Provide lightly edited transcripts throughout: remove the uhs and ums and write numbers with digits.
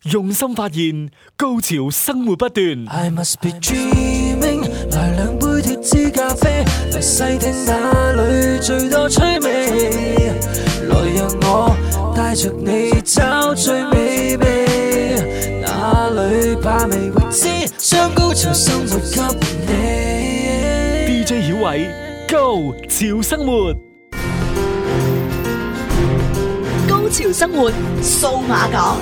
用心發現，高潮生活不斷。 I must be dreaming， 來兩杯脫脂咖啡，來細聽哪裏最多趣味，來讓我帶着你找最美味，哪裏怕未知，將高潮生活給你。 DJ 曉偉，Go 潮生活， 高潮生活數碼港。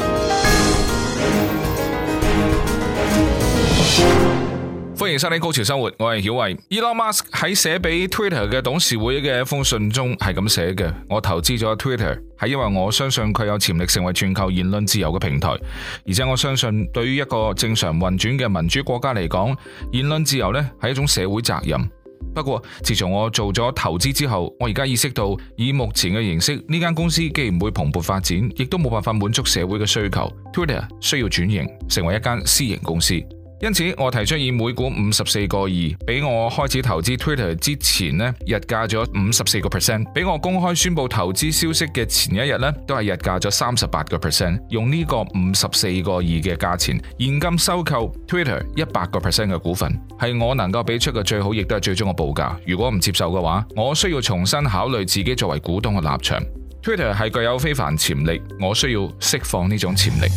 歡迎收聽高潮生活，我係曉慧。Elon Musk 喺寫俾 Twitter 嘅董事會嘅一封信中係咁寫嘅：我投資咗 Twitter 係因為我相信佢有潛力成為全球言論自由嘅平台，而且我相信對於一個正常運轉嘅民主國家嚟講，言論自由呢係一種社會責任。不過自從我做咗投資之後，我而家意識到以目前嘅形式，呢間公司既唔會蓬勃發展，亦都冇辦法滿足社會嘅需求。Twitter 需要轉型成為一間私營公司。因此我提出以每股54個2，比我開始投資 Twitter 之前呢日價咗54%，比我公開宣布投資消息嘅前一日呢都係日價咗38%，用呢個54個2嘅價錢現金收購 Twitter 100% 嘅股份，係我能夠俾出嘅最好，亦都係最終嘅報價。如果唔接受嘅話，我需要重新考慮自己作為股東嘅立場。Twitter 係具有非凡潛力，我需要釋放呢種潛力。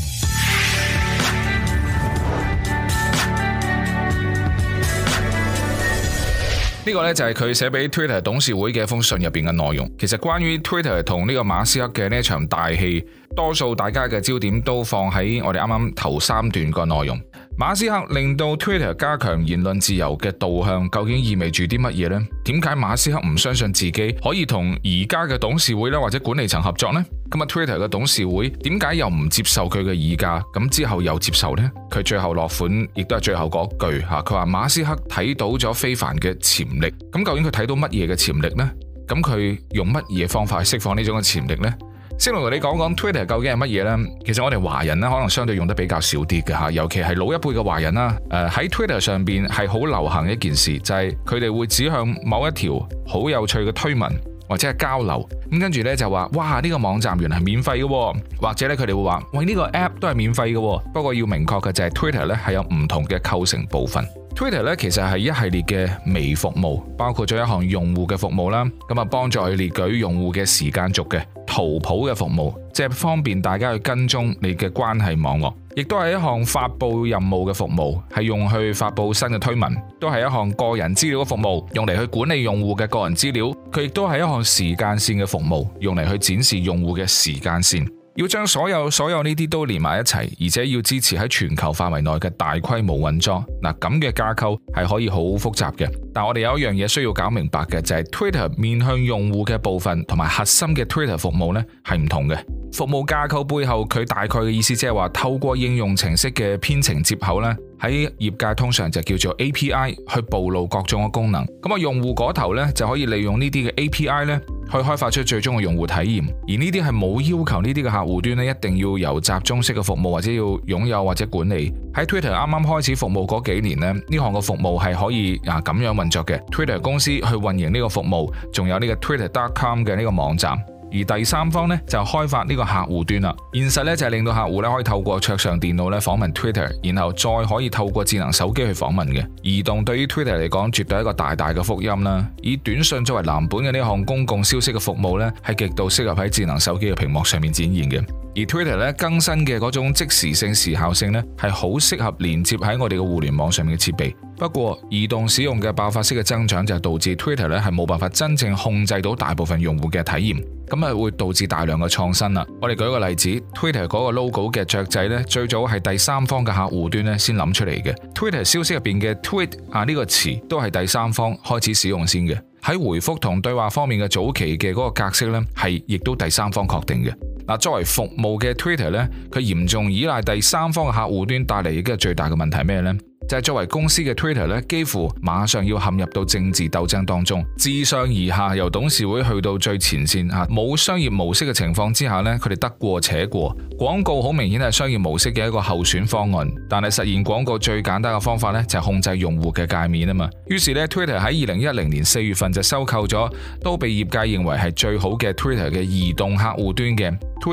呢個呢，就係佢寫俾 Twitter 董事會嘅一封信入邊嘅內容。其實關於 Twitter 同呢個馬斯克嘅呢一場大戲，多數大家嘅焦點都放喺我哋啱啱頭3段個內容。馬斯克令到 Twitter 加強言論自由嘅導向，究竟意味住啲乜嘢呢？點解馬斯克唔相信自己可以同而家嘅董事會或者管理層合作呢？咁啊 Twitter 嘅董事會點解又唔接受佢嘅議價？咁之後又接受呢？佢最後落款亦都係最後嗰句吓，佢話馬斯克睇到咗非凡嘅潛力。咁究竟佢睇到乜嘢嘅潛力呢？咁佢用乜嘢方法去釋放呢種嘅潛力呢？先同你講講 Twitter 究竟係乜嘢呢？其實我哋華人呢，可能相對用得比較少啲嘅吓，尤其係老一輩嘅華人啦。喺 Twitter 上邊係好流行一件事，就係佢哋會指向某一條好有趣嘅推文或者係交流，咁跟住呢就話哇呢個網站原來係免費嘅，或者呢佢哋會話喂呢個 app 都係免費嘅。不過要明確嘅就係 Twitter 呢係有唔同嘅構成部分。Twitter 咧其實係一系列嘅微服務，包括咗一項用戶嘅服務啦，咁啊幫助去列舉用戶嘅時間軸嘅圖譜嘅服務，即係方便大家去跟蹤你嘅關係網絡，亦都係一項發佈任務嘅服務，係用去發佈新嘅推文，都係一項個人資料嘅服務，用嚟去管理用戶嘅個人資料。佢亦都係一項時間線嘅服務，用嚟去展示用戶嘅時間線。要將所有呢啲都連埋一齊，而且要支持喺全球範圍內嘅大規模運作。嗱，咁嘅架構係可以好複雜嘅，但我哋有一樣嘢需要搞明白嘅，就係 Twitter 面向用戶嘅部分同埋核心嘅 Twitter 服務呢係唔同嘅。服務架構背後佢大概嘅意思即係話透過應用程式嘅編程接口呢，喺業界通常就叫做 API 去暴露各種嘅功能。咁啊用戶嗰頭呢，就可以利用呢啲嘅 API 呢去開發出最終嘅用戶體驗。而呢啲係冇要求呢啲嘅客戶端呢一定要由集中式嘅服務或者要擁有或者管理。喺 Twitter 啱啱開始服務嗰幾年呢，呢項嘅服務係可以咁樣運作嘅。Twitter 公司去運營呢個服務，仲有呢個 Twitter.com 嘅呢個網站。而第三方呢，就開發呢個客戶端啦。現實呢，就係令到客戶呢可以透過桌上電腦呢訪問 Twitter， 然後再可以透過智能手機去訪問嘅。移動對於 Twitter 嚟講絕對係一個大大嘅福音啦。以短信作為藍本嘅呢項公共消息嘅服務呢，係極度適合喺智能手機嘅屏幕上面展現嘅。而 Twitter 咧更新嘅嗰種即時性時效性呢，係好適合連接喺我哋嘅互聯網上面嘅設備。不過移動使用嘅爆發式嘅增長就導致 Twitter 咧係冇辦法真正控制到大部分用戶嘅體驗，咁啊會導致大量嘅創新啦。我哋舉個例子 ，Twitter 嗰個 logo 嘅雀仔呢，最早係第三方嘅客戶端咧先諗出嚟嘅。Twitter 消息入邊嘅 tweet 呢個詞都係第三方開始使用先嘅。喺回覆同對話方面嘅早期嘅嗰個格式呢，係亦都第三方確定嘅。嗱，作為服務嘅 Twitter 呢，佢嚴重依賴第三方嘅客戶端帶嚟嘅最大嘅問題係咩呢？就係作為公司嘅 Twitter 咧，幾乎馬上要陷入到政治鬥爭當中，自上而下由董事會去到最前線吓，冇商業模式嘅情況之下咧，佢哋得過且過。廣告好明顯係商業模式嘅一個候選方案，但係實現廣告最簡單嘅方法咧就係控制用戶嘅界面啊嘛。於是咧 Twitter 喺2010年4月份就收購咗都被業界認為係最好嘅 Twitter 嘅移動客戶端嘅 Tweety。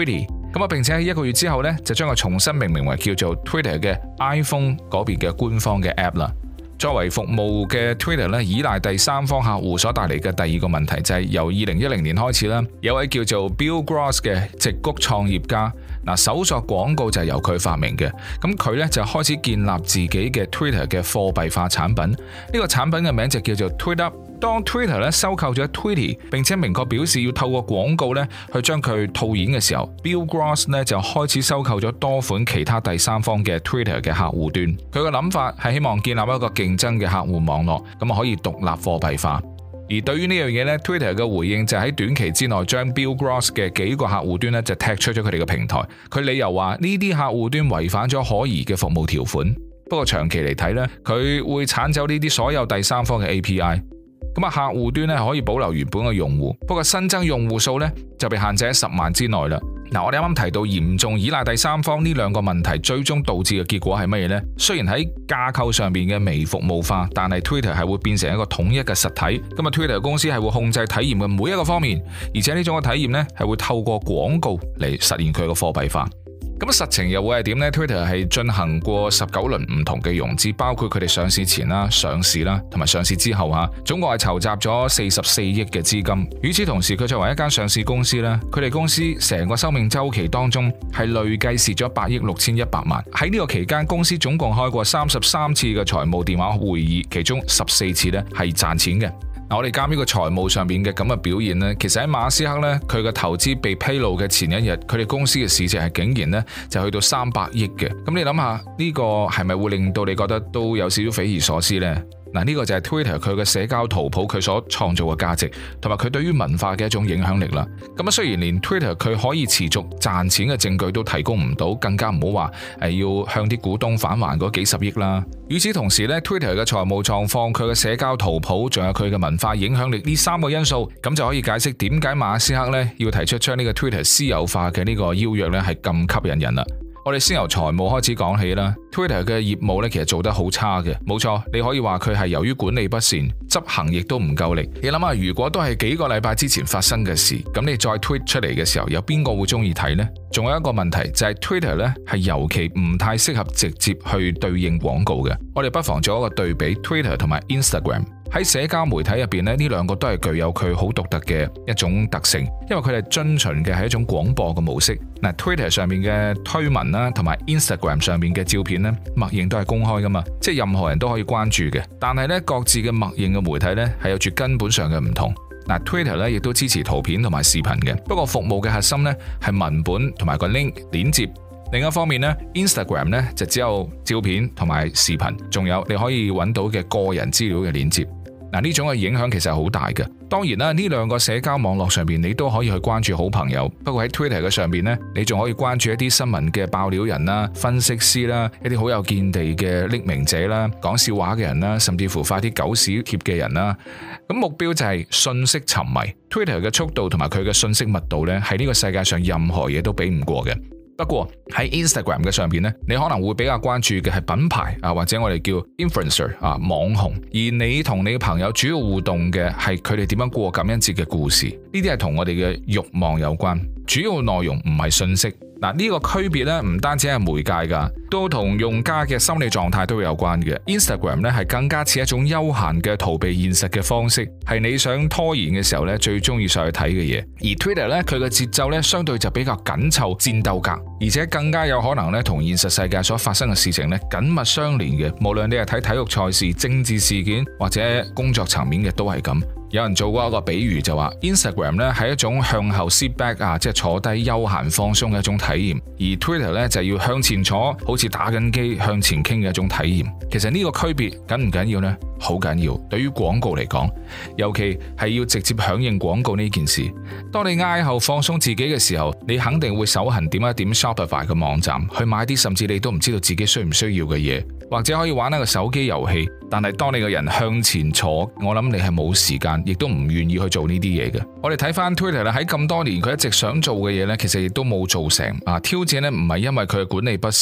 咁啊，並且喺1個月之後呢，就將佢重新命名為叫做 Twitter 嘅 iPhone 嗰邊嘅官方嘅 App 啦。作為服務嘅 Twitter 咧，依賴第三方客戶所帶嚟嘅第二個問題就係由2010年開始啦，有位叫做 Bill Gross 嘅矽谷創業家，搜索廣告就係由佢發明嘅。咁佢呢就開始建立自己嘅 Twitter 嘅貨幣化產品，呢個產品嘅名就叫做 Twitter。當 Twitter 咧收購咗 Tweety， 並且明確表示要透過廣告咧去將佢套現嘅時候， Bill Gross 咧就開始收購咗多款其他第三方嘅 Twitter 嘅客戶端。佢嘅諗法係希望建立一個競爭嘅客戶網絡，咁啊可以獨立貨幣化。而對於呢樣嘢咧 Twitter 嘅回應就喺短期之內將 Bill Gross 嘅幾個客戶端咧就踢出咗佢哋嘅平台。佢理由話呢啲客戶端違反咗可疑嘅服務條款。不過長期嚟睇咧，佢會剷走呢啲所有第三方嘅 API。咁啊，客戶端咧可以保留原本嘅用戶，不過新增用戶數咧就被限制喺10萬之內啦。我哋啱啱提到嚴重依賴第三方呢兩個問題，最終導致嘅結果係乜嘢呢？雖然喺架構上面嘅微服務化，但係 Twitter 係會變成一個統一嘅實體。咁啊 Twitter 公司係會控制體驗嘅每一個方面，而且呢種嘅體驗呢係會透過廣告嚟實現佢嘅貨幣化。咁實情又會係點呢？ Twitter 係進行過19輪唔同嘅融資，包括佢哋上市前啦、上市啦，同埋上市之後總共係籌集咗44億嘅資金。與此同時，佢作為一間上市公司咧，佢哋公司成個生命週期當中係累計蝕咗8億6100萬。喺呢個期間，公司總共開過33次嘅財務電話會議，其中14次咧係賺錢嘅。我哋鑑於個財務上面嘅咁嘅表現呢，其實喺馬斯克呢，佢嘅投資被披露嘅前一日，佢哋公司嘅市值係竟然呢就去到300億嘅。咁你諗下呢個係咪會令到你覺得都有少少匪夷所思呢？呢個就係 Twitter 佢嘅社交圖譜佢所創造嘅價值，同埋佢對於文化嘅一種影響力啦。咁雖然連 Twitter 佢可以持續賺錢嘅證據都提供唔到，更加唔好話要向啲股東返還嗰幾十億啦。與此同時呢 Twitter 嘅財務狀況、佢嘅社交圖譜，仲有佢嘅文化影響力呢3個因素，咁就可以解釋點解馬斯克呢要提出將呢個 Twitter 私有化嘅呢個邀約呢係咁吸引人啦。我哋先由財務開始講起啦。Twitter 嘅業務咧，其實做得好差嘅，冇錯。你可以話佢係由於管理不善，執行亦都唔夠力。你諗下，如果都係幾個禮拜之前發生嘅事，咁你再 tweet 出嚟嘅時候，有邊個會中意睇呢？仲有一個問題就係 Twitter 咧係尤其唔太適合直接去對應廣告嘅。我哋不妨做一個對比 Twitter 同埋 Instagram。喺社交媒體入邊呢兩個都係具有佢好獨特嘅一種特性，因為佢哋遵循嘅係一種廣播嘅模式。Twitter 上面嘅推文啦，同埋 Instagram 上面嘅照片呢，默認都係公開噶嘛，即係任何人都可以關注嘅。但係呢，各自嘅默認嘅媒體呢，係有住根本上嘅唔同。Twitter 呢亦都支持圖片同埋視頻嘅，不過服務嘅核心呢，係文本同埋個 link 鏈接。另一方面呢 Instagram 呢就只有照片同埋視頻，仲有你可以揾到嘅個人資料嘅鏈接。呢種嘅影響其實係好大嘅。當然啦，呢兩個社交網絡上邊你都可以去關注好朋友，不過喺 Twitter 嘅上邊呢，你仲可以關注一啲新聞嘅爆料人啦、分析師啦、一啲好有見地嘅匿名者啦、講笑話嘅人啦，甚至乎發啲狗屎貼嘅人啦。咁目標就係信息沉迷。Twitter 嘅速度同埋佢嘅信息密度呢，係呢個世界上任何嘢都比唔過嘅。不過喺 Instagram 嘅上邊呢，你可能會比較關注嘅係品牌或者我哋叫 influencer 網紅，而你同你嘅朋友主要互動嘅係佢哋點樣過感恩節嘅故事，呢啲係同我哋嘅慾望有關，主要內容唔係信息。呢個區別咧唔單止係媒介噶，都同用家嘅心理狀態都會有關嘅。Instagram 咧係更加似一種休閒嘅逃避現實嘅方式，係你想拖延嘅時候咧最中意上去睇嘅嘢。而 Twitter 咧佢嘅節奏咧相對就比較緊湊、戰鬥格，而且更加有可能咧同現實世界所發生嘅事情咧緊密相連嘅。無論你係睇體育賽事、政治事件或者工作層面嘅都係咁。有人做過一個比喻就話 Instagram 咧係一種向後 sit back 即係坐低休閒放鬆嘅一種體驗，而 Twitter 咧就要向前坐，好似打緊機向前傾嘅一種體驗。其實呢個區別緊唔緊要呢？好緊要。對於廣告嚟講，尤其係要直接響應廣告呢件事。當你嗌後放鬆自己嘅時候，你肯定會手痕點一點 Shopify 嘅網站去買啲甚至你都唔知道自己需唔需要嘅嘢，或者可以玩一個手機遊戲。但係當你個人向前坐，我諗你係冇時間，亦都唔願意去做呢啲嘢嘅。我哋睇翻 Twitter 咧，喺咁多年佢一直想做嘅嘢呢，其實亦都冇做成。挑戰呢唔係因為佢嘅管理不善，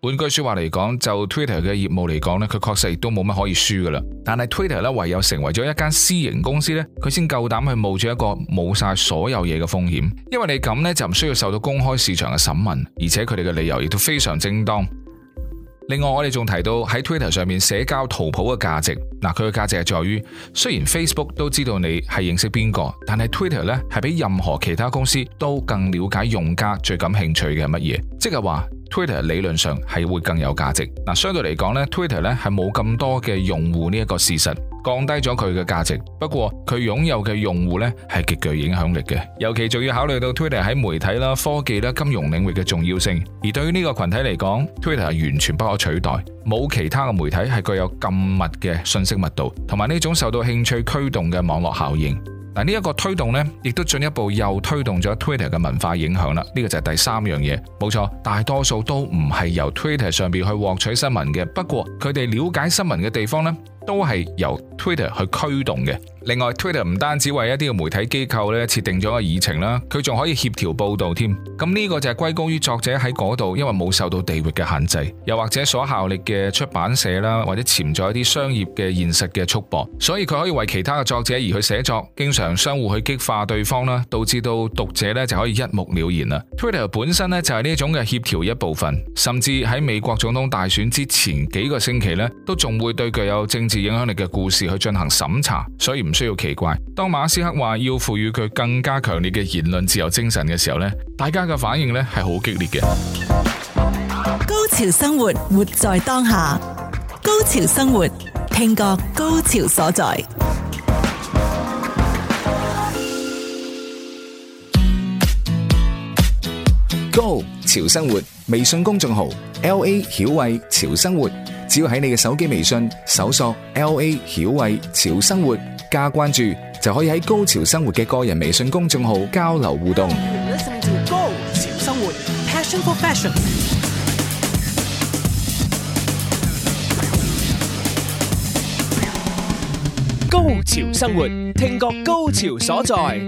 換句說話嚟講，就 Twitter 嘅業務嚟講呢，佢確實亦都冇乜可以輸噶啦。但係 Twitter 呢，唯有成為咗一間私營公司呢，佢先夠膽去冒住一個冇晒所有嘢嘅風險，因為你咁呢，就唔需要受到公開市場嘅審問，而且佢哋嘅理由亦都非常正當。另外我哋仲提到喺 Twitter 上面社交圖譜嘅價值，佢嘅價值係在於，雖然 Facebook 都知道你係認識邊個，但係 Twitter 呢係比任何其他公司都更了解用家最感興趣嘅係乜嘢，即係話 Twitter 理論上係會更有價值。相對嚟講呢 Twitter 呢係冇咁多嘅用戶呢一個事實，降低咗佢嘅價值。不過佢擁有嘅用戶呢係極具影響力嘅，尤其仲要考慮到 Twitter 喺媒體啦、科技啦、金融領域嘅重要性。而對於呢個群體嚟講 ，Twitter 係完全不可取代，冇其他嘅媒體係具有咁密嘅信息密度，同埋呢種受到興趣驅動嘅網絡效應。呢一個推動呢，亦都進一步又推動咗 Twitter 嘅文化影響啦。呢個就係第三樣嘢，冇錯，大多數都唔係由 Twitter 上邊去獲取新聞嘅，不過佢哋了解新聞嘅地方呢，都係由 Twitter 去驅動嘅。另外 Twitter 唔單止為一啲嘅媒體機構咧設定咗個議程啦，佢仲可以協調報導添。咁呢個就係歸功於作者喺嗰度，因為冇受到地域嘅限制，又或者所效力嘅出版社啦，或者潛在一啲商業嘅現實嘅束縛，所以佢可以為其他嘅作者而去寫作，經常相互去激化對方啦，導致到讀者咧就可以一目了然啦。Twitter 本身咧就係呢種嘅協調一部分，甚至喺美國總統大選之前幾個星期咧，都仲會對具有政治影響力嘅故事去進行審查，所以唔需要奇怪，當馬斯克話要賦予佢更加強烈嘅言論自由精神嘅時候呢，大家嘅反應呢係好激烈嘅。 高潮生活，活在當下。高潮生活，聽覺高潮所在。 Go 潮生活微信公眾號 LA 曉慧潮生活，只要喺你嘅手機微信搜索 LA 曉慧潮生活加關注，就可以喺高潮生活嘅個人微信公眾號交流互動。 Listening to Go 潮生活 Passion for Fashion。 高潮生活，聽覺高潮所在。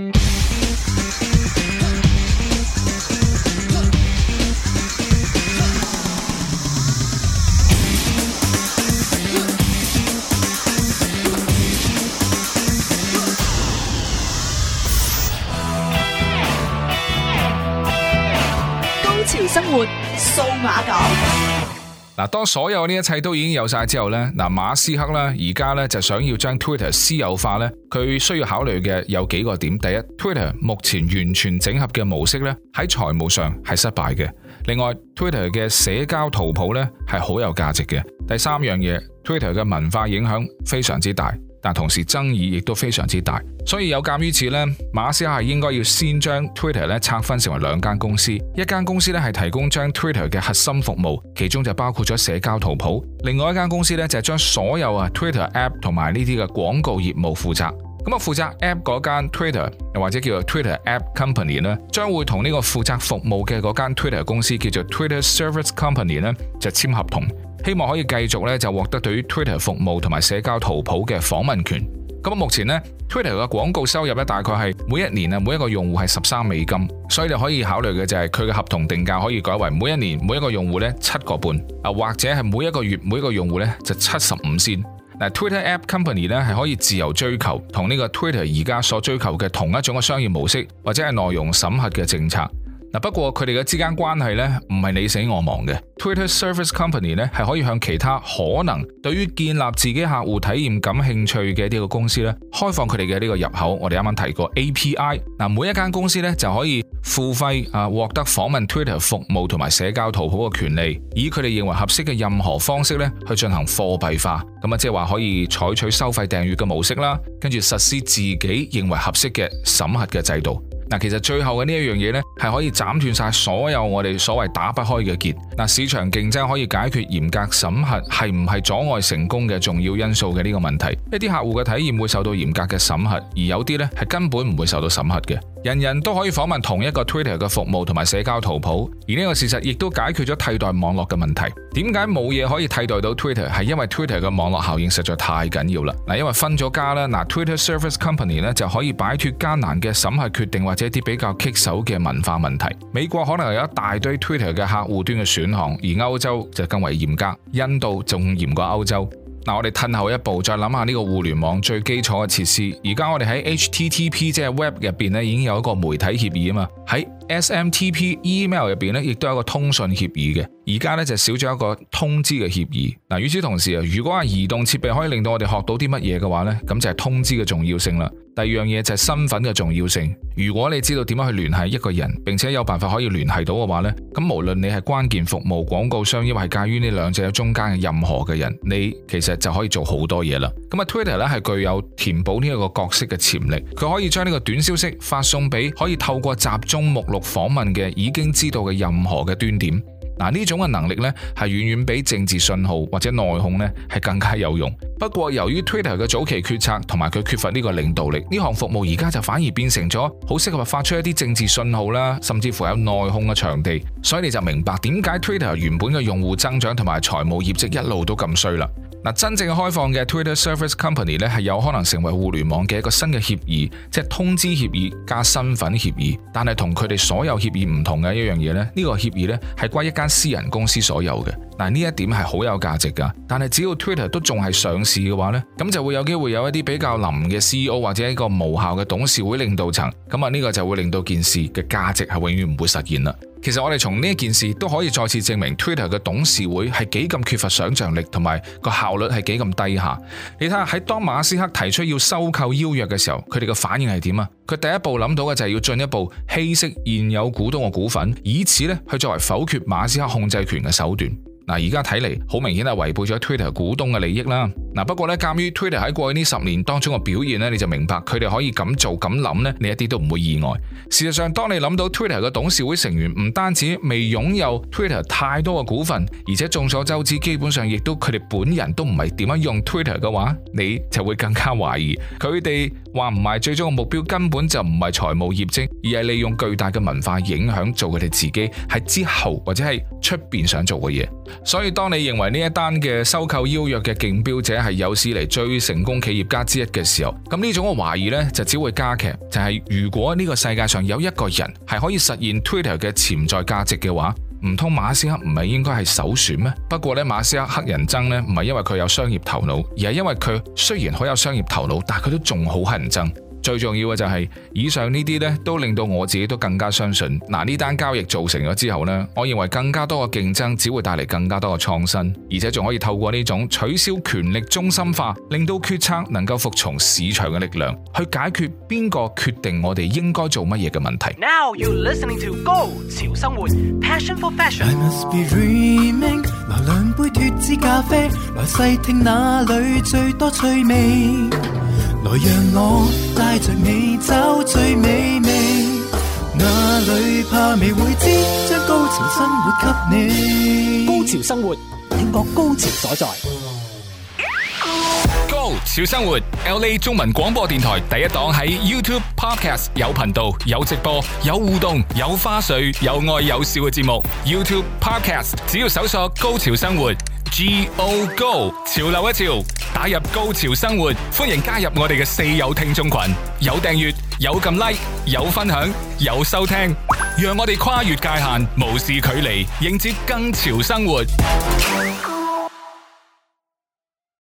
生活數碼港。 當所有呢一切都已經有晒之後呢，馬斯克呢而家呢就想要將 Twitter 私有化呢，佢需要考慮嘅有幾個點。第一， Twitter 目前完全整合嘅模式呢喺財務上係失敗嘅。另外 Twitter 嘅社交圖譜呢係好有價值嘅。第三樣嘢， Twitter 嘅文化影響非常之大，但同時爭議亦都非常之大，所以有鑑於此呢，馬斯克係應該要先將 Twitter 咧拆分成為兩間公司，一間公司咧係提供將 Twitter 嘅核心服務，其中就包括咗社交圖譜；另外一間公司咧就係將所有Twitter App 同埋呢啲嘅廣告業務負責。咁負責 App 嗰間 Twitter 又或者叫做 Twitter App Company 呢，將會同呢個負責服務嘅嗰間 Twitter 公司叫做 Twitter Service Company 呢，就簽合同，希望可以繼續咧就獲得對於 Twitter 服務同埋社交圖譜嘅訪問權。咁目前呢 Twitter 嘅廣告收入咧大概係每一年每一個用戶係13美金，所以你可以考慮嘅就係佢嘅合同定價可以改為每一年每一個用戶咧7.5，或者係每一個月每一個用戶咧就75仙。Twitter App Company 咧係可以自由追求同呢個 Twitter 而家所追求嘅同一種嘅商業模式，或者係內容審核嘅政策。不過佢哋嘅之間關係呢唔係你死我亡嘅。Twitter Service Company 呢係可以向其他可能對於建立自己客戶體驗感興趣嘅呢個公司呢開放佢哋嘅呢個入口。我哋啱啱提過 API， 每一間公司呢就可以付費獲得訪問 Twitter 服務同埋社交圖譜嘅權利，以佢哋認為合適嘅任何方式呢去進行貨幣化。咁即係話可以採取收費訂閱嘅模式啦，跟住實施自己認為合適嘅審核嘅制度。其實最後嘅呢一樣嘢呢，係可以斬斷晒所有我哋所謂打不開嘅結。市場競爭可以解決嚴格審核係唔係阻礙成功嘅重要因素嘅呢個問題。一啲客戶嘅體驗會受到嚴格嘅審核，而有啲呢係根本唔會受到審核嘅。 人人都可以訪問同一個 Twitter 嘅服務同埋社交圖譜，而呢個事實亦都解決咗替代網絡嘅問題。點解冇嘢可以替代到 Twitter？ 係因為 Twitter 嘅網絡效應實在太緊要啦。因為分咗家啦，Twitter Service Company 咧就可以擺脫艱難嘅審核決定或者一啲比較棘手嘅文化問題。美國可能有一大堆 Twitter 嘅客戶端嘅選項，而歐洲就更為嚴格，印度仲嚴過歐洲。我哋褪後一步，再諗下呢個互聯網最基礎嘅設施。而家我哋喺 HTTP 即係 Web 入邊咧，已經有一個媒體協議啊嘛。喺 SMTP email 入邊咧，亦都有一個通訊協議嘅。而家咧就少咗一個通知嘅協議。與此同時啊，如果係移動設備可以令到我哋學到啲乜嘢嘅話咧，咁就係通知嘅重要性啦。第二樣嘢就係身份嘅重要性。如果你知道點樣去聯繫一個人，並且有辦法可以聯繫到嘅話呢，咁無論你係關鍵服務廣告商，抑或係介於呢兩者中間嘅任何嘅人，你其實就可以做好多嘢啦。咁啊 Twitter 咧係具有填補呢一個角色嘅潛力，佢可以將呢個短消息發送俾可以透過集中目錄訪問嘅已經知道嘅任何嘅端點。呢種嘅能力呢，係遠遠比政治信號或者內控呢係更加有用。不過由於 Twitter 嘅早期決策同埋佢缺乏呢個領導力，呢項服務而家就反而變成咗好適合發出一啲政治信號啦，甚至乎有內控嘅場地。所以你就明白點解 Twitter 原本嘅用戶增長同埋財務業績一路都咁衰啦。真正嘅開放嘅 Twitter Service Company 咧，係有可能成為互聯網嘅一個新嘅協議，即係通知協議加身份協議。但係同佢哋所有協議唔同嘅一樣嘢呢，呢個協議呢係歸一間私人公司所有嘅。呢一點係好有價值噶。但係只要 Twitter 都仲係上市嘅話呢，咁就會有機會有一啲比較臨嘅 CEO 或者一個無效嘅董事會領導層。咁呢個就會令到件事嘅價值係永遠唔會實現啦。其實我哋從呢一件事都可以再次證明 Twitter 嘅董事會係幾咁缺乏想像力，同埋個效率係幾咁低下。你睇下喺當馬斯克提出要收購邀約嘅時候，佢哋嘅反應係點啊？佢第一步諗到嘅就係要進一步稀釋現有股東嘅股份，以此咧去作為否決馬斯克控制權嘅手段。而家睇嚟好明顯係違背咗 Twitter 股東嘅利益啦。不過咧，鑑於 Twitter 喺過去呢10年當中嘅表現咧，你就明白佢哋可以咁做咁諗咧，你一啲都唔會意外。事實上，當你諗到 Twitter 嘅董事會成員唔單止未擁有 Twitter 太多嘅股份，而且眾所周知基本上亦都佢哋本人都唔係點樣用 Twitter 嘅話，你就會更加懷疑佢哋話唔係最終嘅目標根本就唔係財務業績，而係利用巨大嘅文化影響做佢哋自己喺之後或者係出邊想做嘅嘢。所以當你認為呢一單嘅收購邀約嘅競標者係有史嚟最成功企業家之一嘅時候，咁呢種嘅懷疑呢就只會加劇。就係如果呢個世界上有一個人係可以實現 Twitter 嘅潛在價值嘅話，唔通馬斯克唔係應該係首選咩？不過呢，馬斯克黑人憎呢唔係因為佢有商業頭腦，而係因為佢雖然好有商業頭腦，但係佢都仲好乞人憎。最重要嘅就係以上呢啲呢都令到我自己都更加相信，呢單交易做成咗之後呢，我認為更加多嘅競爭只會帶嚟更加多嘅創新，而且仲可以透過呢種取消權力中心化，令到決策能夠服從市場嘅力量，去解決邊個決定我哋應該做乜嘢嘅問題。 Now you listening to 高潮生活 Passion for Fashion。 I must be dreaming。 來兩杯脫脂咖啡，來細聽哪裏最多趣味，來讓我帶着你找最美味，哪裏怕未會知，將高潮生活給你。 高潮生活，聽覺高潮所在。 高潮生活 LA 中文廣播電台第一檔，喺 YouTube Podcast 有頻道、有直播、有互動、有花絮、有愛有笑嘅節目。YouTube Podcast 只要搜索高潮生活，Go Go 潮流一潮，打入高潮生活，歡迎加入我哋嘅四友聽眾群，有訂閱，有撳 like， 有分享，有收聽，讓我哋跨越界限，無視距離，迎接更潮生活。